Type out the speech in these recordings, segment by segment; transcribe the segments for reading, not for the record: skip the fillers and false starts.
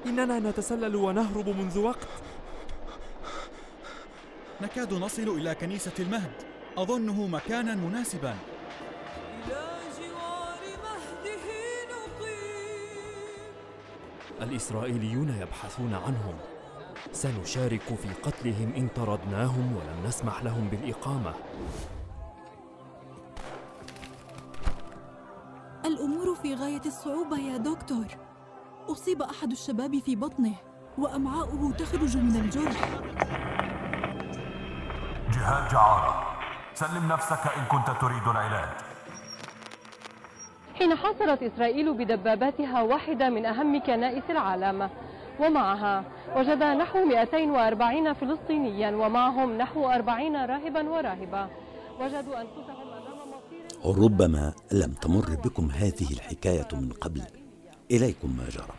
إننا نتسلل ونهرب منذ وقت. نكاد نصل إلى كنيسة المهد، أظنه مكانا مناسبا. إلى جوار مهده نقيم. الإسرائيليون يبحثون عنهم، سنشارك في قتلهم إن طردناهم ولم نسمح لهم بالإقامة. الأمور في غاية الصعوبة يا دكتور. أصيب أحد الشباب في بطنه وأمعاؤه تخرج من الجرح. جهاد جعارة، سلم نفسك إن كنت تريد العلاج. حين حاصرت إسرائيل بدباباتها واحدة من أهم كنائس العالم، ومعها وجد نحو 240 فلسطينيا ومعهم نحو 40 راهبا وراهبة، وجدوا أنفسهم أمام مصير. ربما لم تمر بكم هذه الحكاية من قبل، إليكم ما جرى.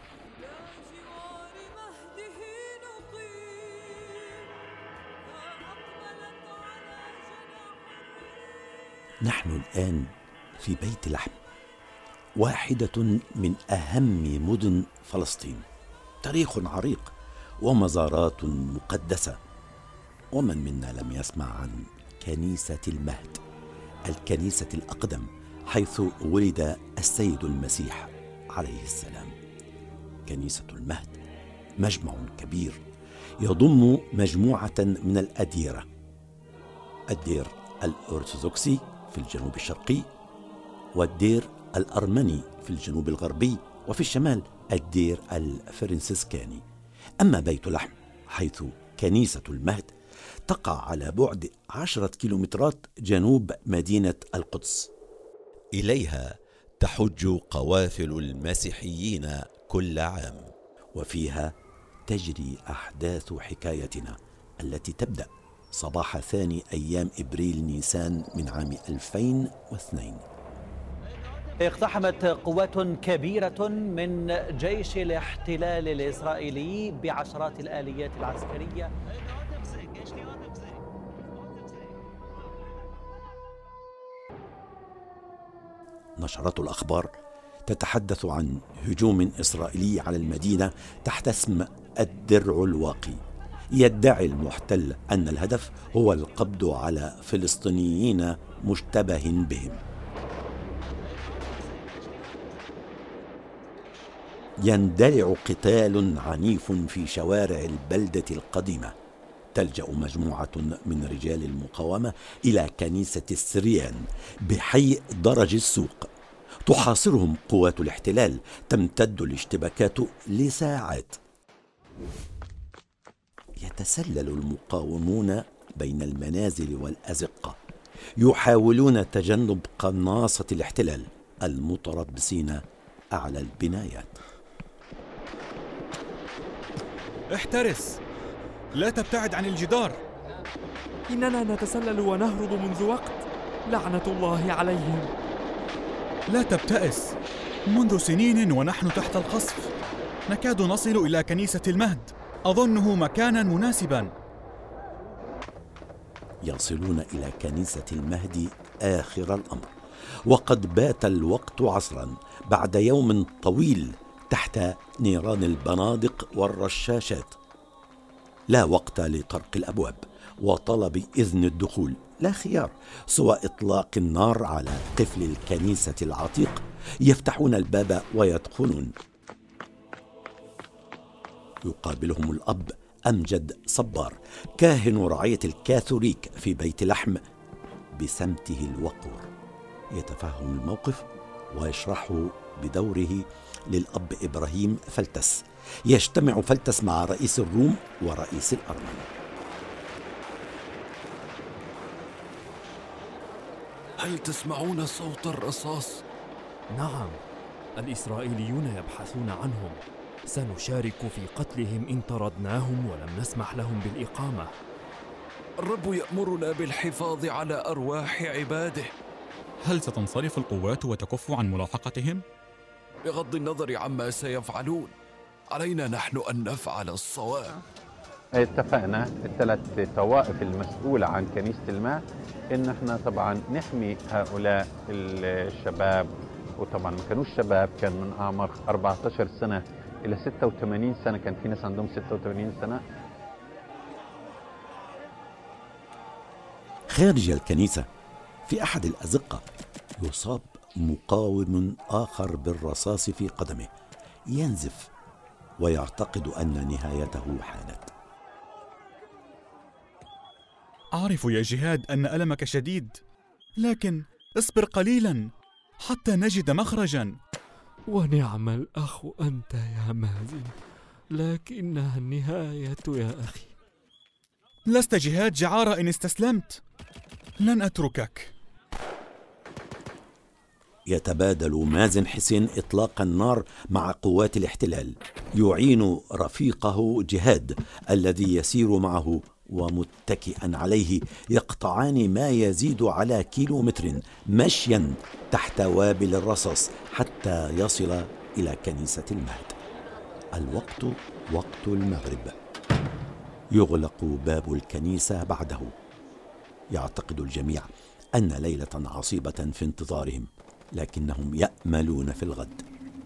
نحن الآن في بيت لحم، واحدة من أهم مدن فلسطين، تاريخ عريق ومزارات مقدسة. ومن منا لم يسمع عن كنيسة المهد، الكنيسة الأقدم حيث ولد السيد المسيح عليه السلام. كنيسة المهد مجمع كبير يضم مجموعة من الأديرة: الدير الأرثوذكسي في الجنوب الشرقي، والدير الأرمني في الجنوب الغربي، وفي الشمال الدير الفرنسيسكاني. أما بيت لحم حيث كنيسة المهد تقع على بعد 10 كيلومترات جنوب مدينة القدس. إليها تحج قوافل المسيحيين كل عام، وفيها تجري أحداث حكايتنا التي تبدأ صباح ثاني أيام إبريل نيسان من عام 2002. اقتحمت قوات كبيرة من جيش الاحتلال الإسرائيلي بعشرات الآليات العسكرية. نشرات الأخبار تتحدث عن هجوم إسرائيلي على المدينة تحت اسم الدرع الواقي. يدعي المحتل أن الهدف هو القبض على فلسطينيين مشتبه بهم. يندلع قتال عنيف في شوارع البلدة القديمة. تلجأ مجموعة من رجال المقاومة إلى كنيسة السريان بحي درج السوق. تحاصرهم قوات الاحتلال. تمتد الاشتباكات لساعات. يتسلل المقاومون بين المنازل والأزقة، يحاولون تجنب قناصة الاحتلال المتربصين أعلى البنايات. احترس، لا تبتعد عن الجدار. إننا نتسلل ونهرب منذ وقت، لعنة الله عليهم. لا تبتئس، منذ سنين ونحن تحت القصف. نكاد نصل إلى كنيسة المهد، أظنه مكانا مناسبا. يصلون إلى كنيسة المهد آخر الأمر، وقد بات الوقت عصرا بعد يوم طويل تحت نيران البنادق والرشاشات. لا وقت لطرق الأبواب وطلب إذن الدخول، لا خيار سوى إطلاق النار على قفل الكنيسة العتيق. يفتحون الباب ويدخلون. يقابلهم الأب أمجد صبار، كاهن رعية الكاثوليك في بيت لحم، بسمته الوقور. يتفهم الموقف ويشرحه بدوره للأب إبراهيم فلتس. يجتمع فلتس مع رئيس الروم ورئيس الأرمن. هل تسمعون صوت الرصاص؟ نعم، الإسرائيليون يبحثون عنهم، سنشارك في قتلهم إن طردناهم ولم نسمح لهم بالإقامة. الرب يأمرنا بالحفاظ على أرواح عباده. هل ستنصرف القوات وتكف عن ملاحقتهم؟ بغض النظر عما سيفعلون، علينا نحن أن نفعل الصواب. اتفقنا الثلاث طوائف المسؤولة عن كنيسة المهد إن احنا طبعا نحمي هؤلاء الشباب، وطبعا ما كانوش شباب، كان من أعمار 14 سنة إلى 86 سنة، كان في ناس عندهم 86 سنة. خارج الكنيسة في أحد الأزقة يصاب مقاوم آخر بالرصاص في قدمه، ينزف ويعتقد أن نهايته حانت. أعرف يا جهاد أن ألمك شديد، لكن اصبر قليلا حتى نجد مخرجا. ونعم الأخ أنت يا مازن، لكنها النهاية يا أخي. لست جهاد جعارة إن استسلمت، لن أتركك. يتبادل مازن حسين إطلاق النار مع قوات الاحتلال، يعين رفيقه جهاد الذي يسير معه، ومتكئا عليه يقطعان ما يزيد على كيلومتر مشيا تحت وابل الرصاص حتى يصل إلى كنيسة المهد. الوقت وقت المغرب، يغلق باب الكنيسة بعده. يعتقد الجميع أن ليلة عصيبة في انتظارهم، لكنهم يأملون في الغد.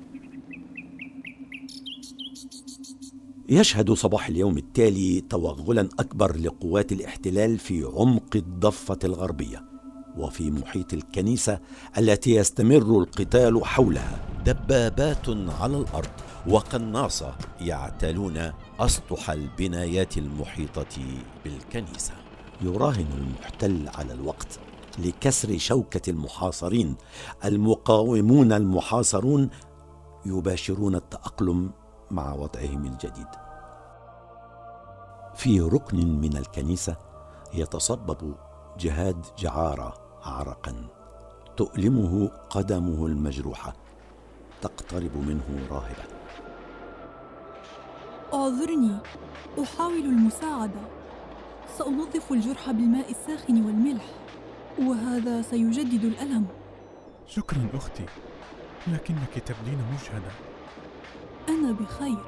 يشهد صباح اليوم التالي توغلا أكبر لقوات الاحتلال في عمق الضفة الغربية وفي محيط الكنيسة التي يستمر القتال حولها. دبابات على الأرض وقناصة يعتلون أسطح البنايات المحيطة بالكنيسة. يراهن المحتل على الوقت لكسر شوكة المحاصرين. المقاومون المحاصرون يباشرون التأقلم مع وضعهم الجديد. في ركن من الكنيسة يتصبب جهاد جعارة عرقا، تؤلمه قدمه المجروحة، تقترب منه راهبة. أعذرني، أحاول المساعدة. سأنظف الجرح بالماء الساخن والملح، وهذا سيجدد الألم. شكرا أختي، لكنك تبدين مجهدة. أنا بخير.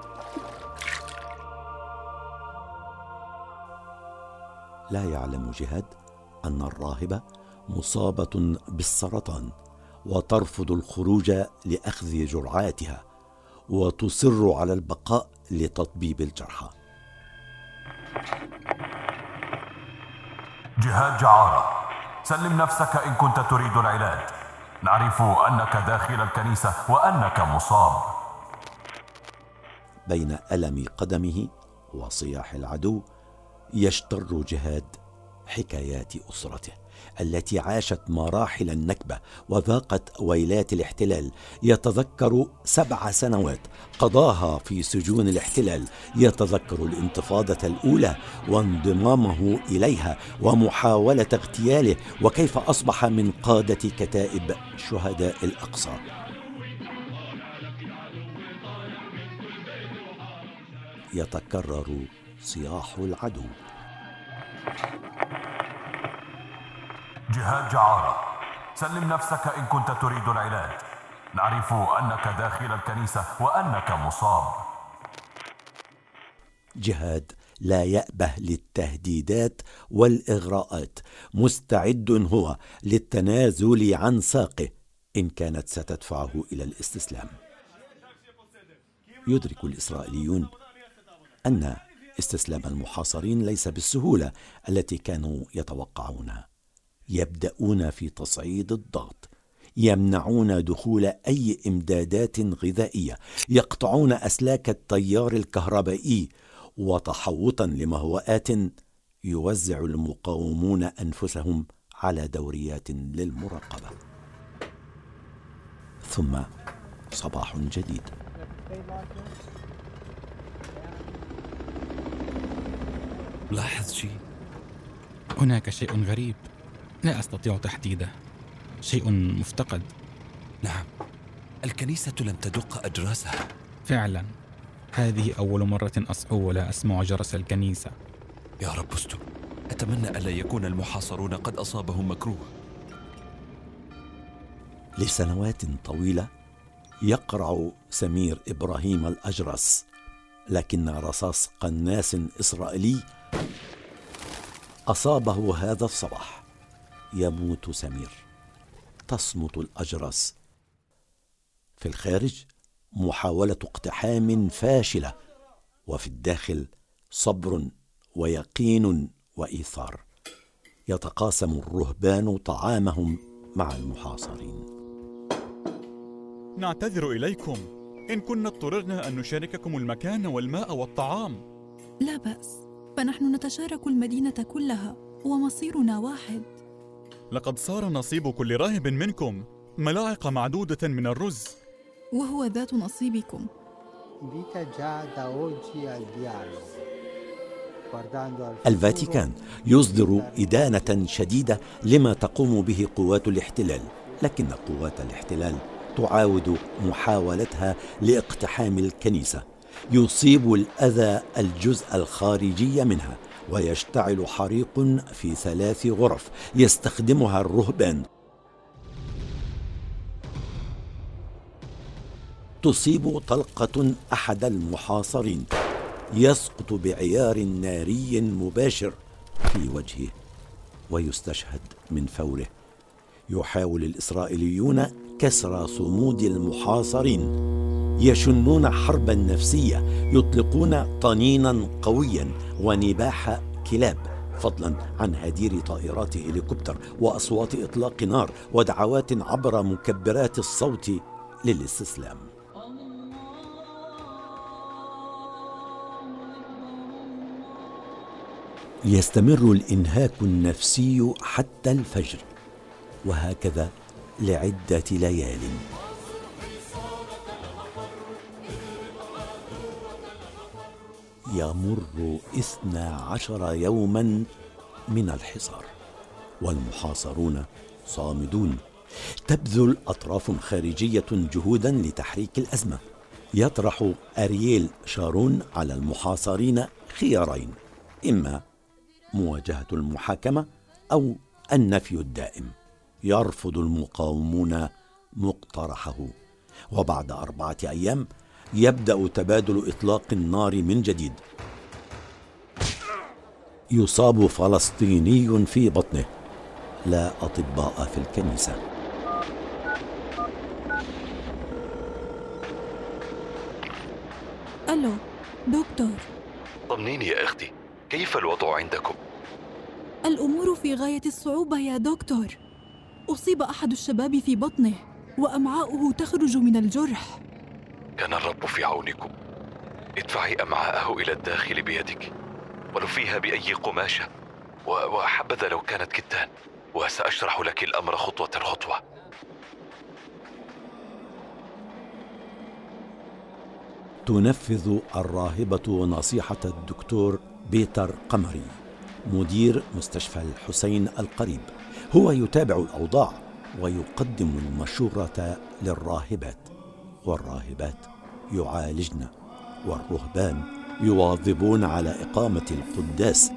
لا يعلم جهاد أن الراهبة مصابة بالسرطان وترفض الخروج لأخذ جرعاتها، وتصر على البقاء لتطبيب الجرحى. جهاد جعارة، سلم نفسك إن كنت تريد العلاج. نعرف أنك داخل الكنيسة وأنك مصاب. بين ألم قدمه وصياح العدو يشتر جهاد حكايات أسرته التي عاشت مراحل النكبة وذاقت ويلات الاحتلال. يتذكر 7 سنوات قضاها في سجون الاحتلال، يتذكر الانتفاضة الأولى وانضمامه إليها ومحاولة اغتياله، وكيف أصبح من قادة كتائب شهداء الأقصى. يتكرر صياح العدو. جهاد جعارة، سلم نفسك إن كنت تريد العلاج. نعرف أنك داخل الكنيسة وأنك مصاب. جهاد لا يأبه للتهديدات والإغراءات، مستعد هو للتنازل عن ساقه إن كانت ستدفعه إلى الاستسلام. يدرك الإسرائيليون أن استسلام المحاصرين ليس بالسهولة التي كانوا يتوقعونها. يبدأون في تصعيد الضغط، يمنعون دخول أي إمدادات غذائية، يقطعون أسلاك التيار الكهربائي، وتحوطا لمهوآت يوزع المقاومون أنفسهم على دوريات للمراقبة. ثم صباح جديد. لاحظ شيء؟ هناك شيء غريب لا أستطيع تحديده، شيء مفتقد. نعم، الكنيسة لم تدق أجراسها. فعلا، هذه أول مرة أصحو ولا أسمع جرس الكنيسة. يا رب استر، أتمنى ألا يكون المحاصرون قد أصابهم مكروه. لسنوات طويلة يقرع سمير إبراهيم الأجرس، لكن رصاص قناص إسرائيلي أصابه هذا الصباح. يموت سمير، تصمت الأجرس. في الخارج محاولة اقتحام فاشلة، وفي الداخل صبر ويقين وإيثار. يتقاسم الرهبان طعامهم مع المحاصرين. نعتذر إليكم إن كنا اضطررنا أن نشارككم المكان والماء والطعام. لا بأس، فنحن نتشارك المدينة كلها ومصيرنا واحد. لقد صار نصيب كل راهب منكم ملاعق معدودة من الرز، وهو ذات نصيبكم. الفاتيكان يصدر إدانة شديدة لما تقوم به قوات الاحتلال، لكن قوات الاحتلال تعاود محاولتها لاقتحام الكنيسة. يصيب الأذى الجزء الخارجي منها، ويشتعل حريق في 3 غرف يستخدمها الرهبان. تصيب طلقة أحد المحاصرين، يسقط بعيار ناري مباشر في وجهه ويستشهد من فوره. يحاول الإسرائيليون كسر صمود المحاصرين، يشنون حربا نفسية، يطلقون طنينا قويا ونباح كلاب، فضلا عن هدير طائرات هليكوبتر وأصوات إطلاق نار ودعوات عبر مكبرات الصوت للاستسلام. يستمر الإنهاك النفسي حتى الفجر، وهكذا لعدة ليال. يمر 12 يوما من الحصار، والمحاصرون صامدون. تبذل أطراف خارجية جهودا لتحريك الأزمة. يطرح أرييل شارون على المحاصرين خيارين: إما مواجهة المحاكمة أو النفي الدائم. يرفض المقاومون مقترحه، وبعد 4 أيام يبدأ تبادل إطلاق النار من جديد. يصاب فلسطيني في بطنه، لا أطباء في الكنيسة. ألو دكتور. طمنيني يا أختي، كيف الوضع عندكم؟ الأمور في غاية الصعوبة يا دكتور. أصيب أحد الشباب في بطنه وأمعاؤه تخرج من الجرح. كان الرب في عونكم. ادفعي أمعاءه إلى الداخل بيدك، ولفيها بأي قماشة، وحبذا لو كانت كتان، وسأشرح لك الأمر خطوة خطوة. تنفذ الراهبة نصيحة الدكتور بيتر قمري مدير مستشفى الحسين القريب. هو يتابع الأوضاع ويقدم المشورة للراهبات، والراهبات يعالجن، والرهبان يواظبون على إقامة القداس.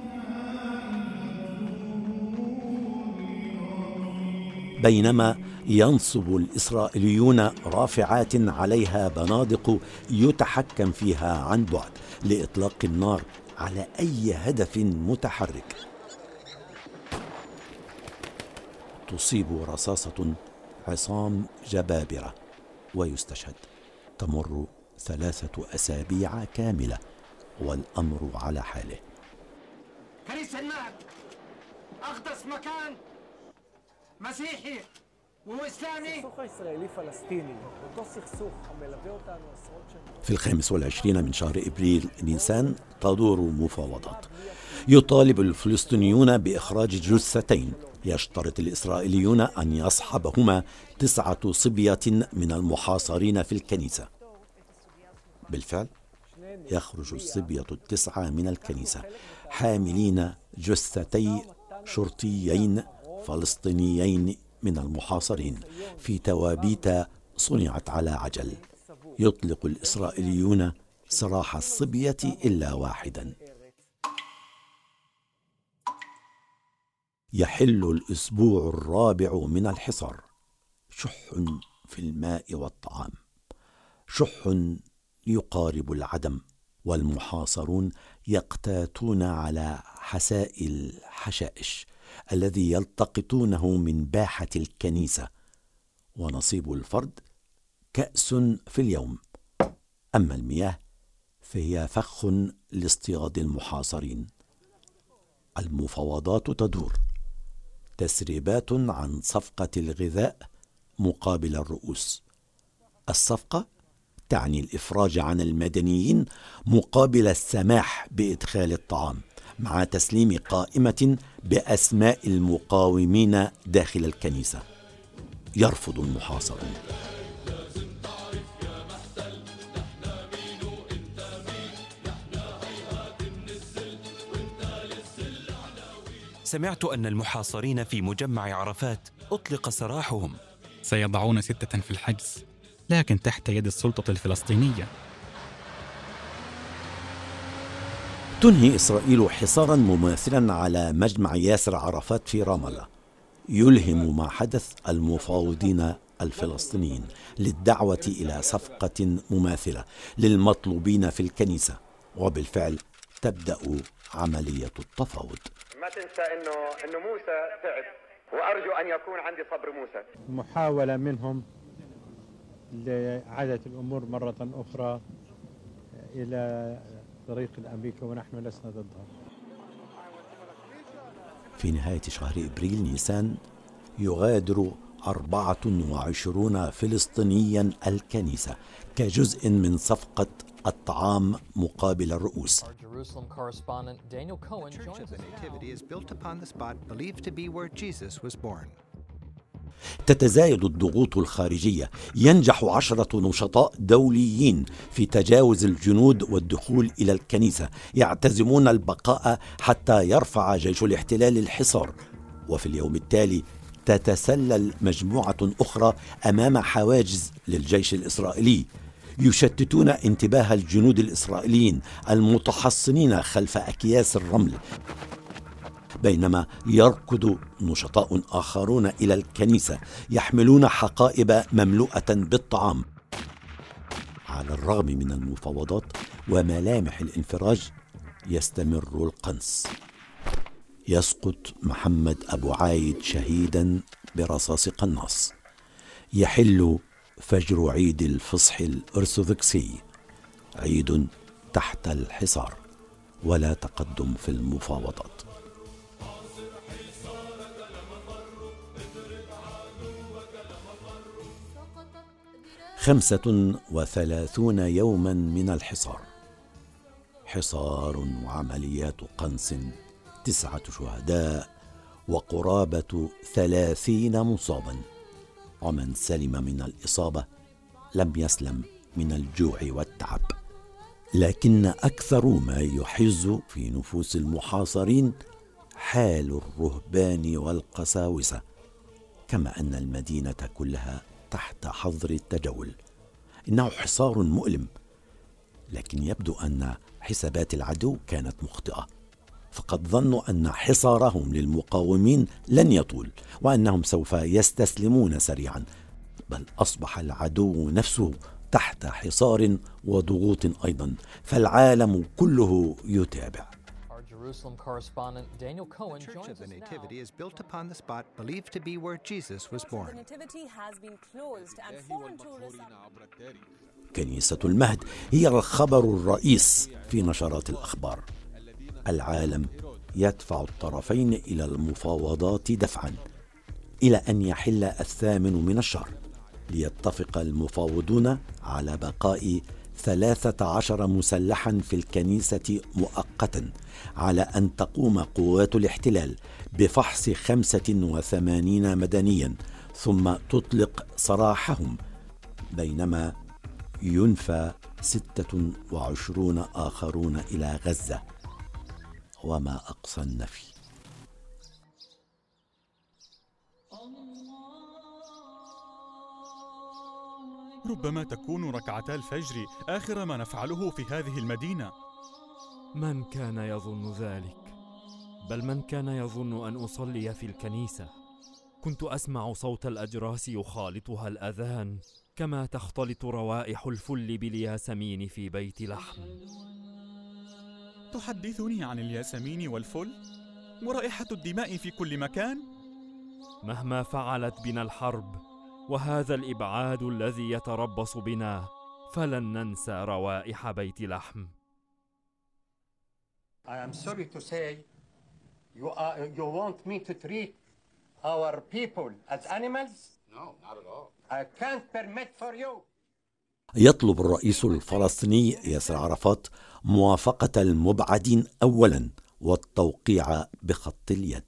بينما ينصب الإسرائيليون رافعات عليها بنادق يتحكم فيها عن بعد لإطلاق النار على أي هدف متحرك. تصيب رصاصة عصام جبابرة ويستشهد. تمر 3 أسابيع كاملة والأمر على حاله. كنيسة المهد أقدس مكان مسيحي وإسلامي. السوق إسرائيلي فلسطيني وتو سكسوك ملווה אותנו עשרות שנים. في 25 من شهر إبريل نيسان تدور مفاوضات. يطالب الفلسطينيون بإخراج جثتين. يشترط الإسرائيليون أن يصحبهما 9 صبية من المحاصرين في الكنيسة. بالفعل يخرج الصبية 9 من الكنيسة حاملين جثتي شرطيين فلسطينيين من المحاصرين في توابيت صنعت على عجل. يطلق الإسرائيليون سراح الصبية إلا واحدا. يحل الأسبوع الرابع من الحصار. شح في الماء والطعام، شح يقارب العدم، والمحاصرون يقتاتون على حساء الحشائش الذي يلتقطونه من باحة الكنيسة. ونصيب الفرد كأس في اليوم، أما المياه فهي فخ لاصطياد المحاصرين. المفاوضات تدور، تسريبات عن صفقة الغذاء مقابل الرؤوس. الصفقة تعني الإفراج عن المدنيين مقابل السماح بإدخال الطعام، مع تسليم قائمة بأسماء المقاومين داخل الكنيسة. يرفض المحاصرون. سمعت أن المحاصرين في مجمع عرفات أطلق سراحهم. سيضعون 6 في الحجز، لكن تحت يد السلطة الفلسطينية. تنهي إسرائيل حصارا مماثلا على مجمع ياسر عرفات في رام الله، يلهم ما حدث المفاوضين الفلسطينيين للدعوة إلى صفقة مماثلة للمطلوبين في الكنيسة، وبالفعل تبدأ عملية التفاوض. ما تنسى إنه موسى تعب، وأرجو أن يكون عندي صبر موسى. محاولة منهم لإعادة الأمور مرة أخرى إلى طريق الأمريكي، ونحن لسنا ضدها. في نهاية شهر إبريل نيسان يغادر 24 فلسطينيا الكنيسة كجزء من صفقة الطعام مقابل الرؤوس. تتزايد الضغوط الخارجية. ينجح 10 نشطاء دوليين في تجاوز الجنود والدخول إلى الكنيسة، يعتزمون البقاء حتى يرفع جيش الاحتلال الحصار. وفي اليوم التالي تتسلل مجموعة أخرى أمام حواجز للجيش الإسرائيلي، يشتتون انتباه الجنود الإسرائيليين المتحصنين خلف أكياس الرمل، بينما يركض نشطاء آخرون إلى الكنيسة يحملون حقائب مملوءة بالطعام. على الرغم من المفاوضات وملامح الانفراج، يستمر القنص. يسقط محمد أبو عايد شهيدا برصاص قناص. يحل فجر عيد الفصح الأرثوذكسي، عيد تحت الحصار ولا تقدم في المفاوضات. 35 يوما من الحصار، حصار وعمليات قنص، 9 شهداء وقرابة 30 مصابا، ومن سلم من الإصابة لم يسلم من الجوع والتعب. لكن أكثر ما يحز في نفوس المحاصرين حال الرهبان والقساوسة، كما أن المدينة كلها تحت حظر التجول. إنه حصار مؤلم، لكن يبدو أن حسابات العدو كانت مخطئة، فقد ظنوا أن حصارهم للمقاومين لن يطول وأنهم سوف يستسلمون سريعا، بل أصبح العدو نفسه تحت حصار وضغوط أيضا، فالعالم كله يتابع. Jerusalem correspondent Daniel Cohen Church of the Nativity is built upon the spot believed to be where Jesus was born. The Nativity has been closed and foreign tourists. كنيسة المهد هي الخبر الرئيس في نشرات الأخبار. العالم يدفع الطرفين إلى المفاوضات دفعا إلى أن يحل 8 من الشهر، ليتفق المفاوضون على بقاء 13 مسلحا في الكنيسة مؤقتا، على أن تقوم قوات الاحتلال بفحص 85 مدنيا ثم تطلق سراحهم، بينما ينفى 26 آخرون إلى غزة. وما أقصى النفي. ربما تكون ركعتا الفجر آخر ما نفعله في هذه المدينة. من كان يظن ذلك؟ بل من كان يظن أن أصلي في الكنيسة. كنت أسمع صوت الأجراس يخالطها الأذان، كما تختلط روائح الفل بالياسمين في بيت لحم. تحدثني عن الياسمين والفل ورائحة الدماء في كل مكان؟ مهما فعلت بنا الحرب وهذا الإبعاد الذي يتربص بنا، فلن ننسى روائح بيت لحم. I am sorry to say you want me to treat our people as animals? No, not at all. I can't permit for you. يطلب الرئيس الفلسطيني ياسر عرفات موافقة المبعدين أولا والتوقيع بخط اليد.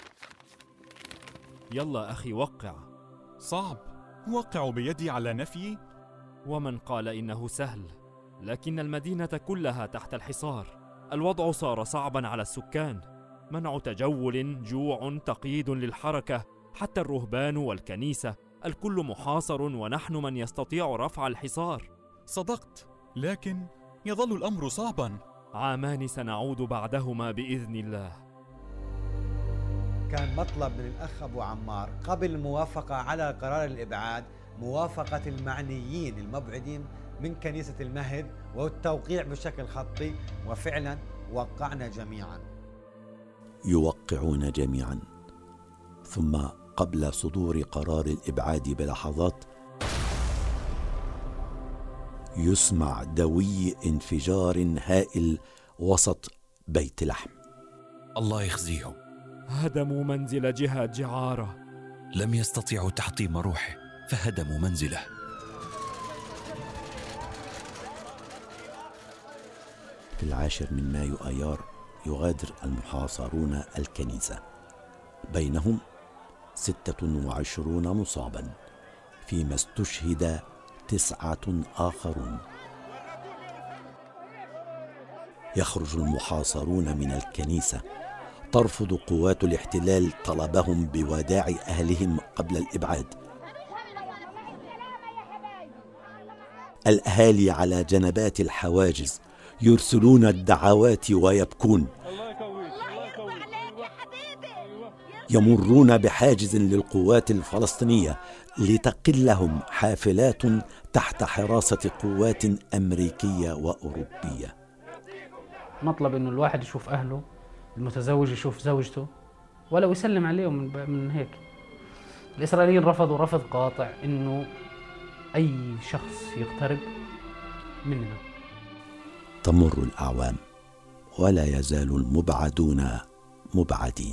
يلا أخي وقع. صعب، وقع بيدي على نفي. ومن قال إنه سهل؟ لكن المدينة كلها تحت الحصار. الوضع صار صعبا على السكان، منع تجول، جوع، تقييد للحركة، حتى الرهبان والكنيسة الكل محاصر ونحن من يستطيع رفع الحصار. صدقت، لكن يظل الأمر صعبا. عامان سنعود بعدهما بإذن الله. كان مطلب من الأخ أبو عمار قبل الموافقة على قرار الإبعاد موافقة المعنيين المبعدين من كنيسة المهد والتوقيع بشكل خطي، وفعلا وقعنا جميعا. يوقعون جميعا، ثم قبل صدور قرار الإبعاد بلحظات يسمع دوي انفجار هائل وسط بيت لحم. الله يخزيهم. هدموا منزل جهاد جعارة. لم يستطيعوا تحطيم روحه فهدموا منزله. في 10 من مايو آيار يغادر المحاصرون الكنيسة، بينهم 26 مصابا، فيما استشهد 9 آخرون. يخرج المحاصرون من الكنيسة، ترفض قوات الاحتلال طلبهم بوداع أهلهم قبل الإبعاد. الأهالي على جنبات الحواجز يرسلون الدعوات ويبكون. يمرون بحاجز للقوات الفلسطينية لتقلهم حافلات تحت حراسة قوات أمريكية وأوروبية. مطلب إنه الواحد يشوف أهله، المتزوج يشوف زوجته، ولو يسلم عليهم من هيك. الإسرائيليين رفضوا رفض قاطع إنه أي شخص يقترب مننا. تمر الأعوام ولا يزال المبعدون مبعدين.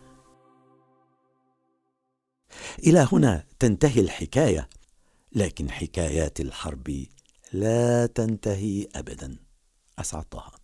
إلى هنا تنتهي الحكاية، لكن حكايات الحرب لا تنتهي أبدا. أسعد طه.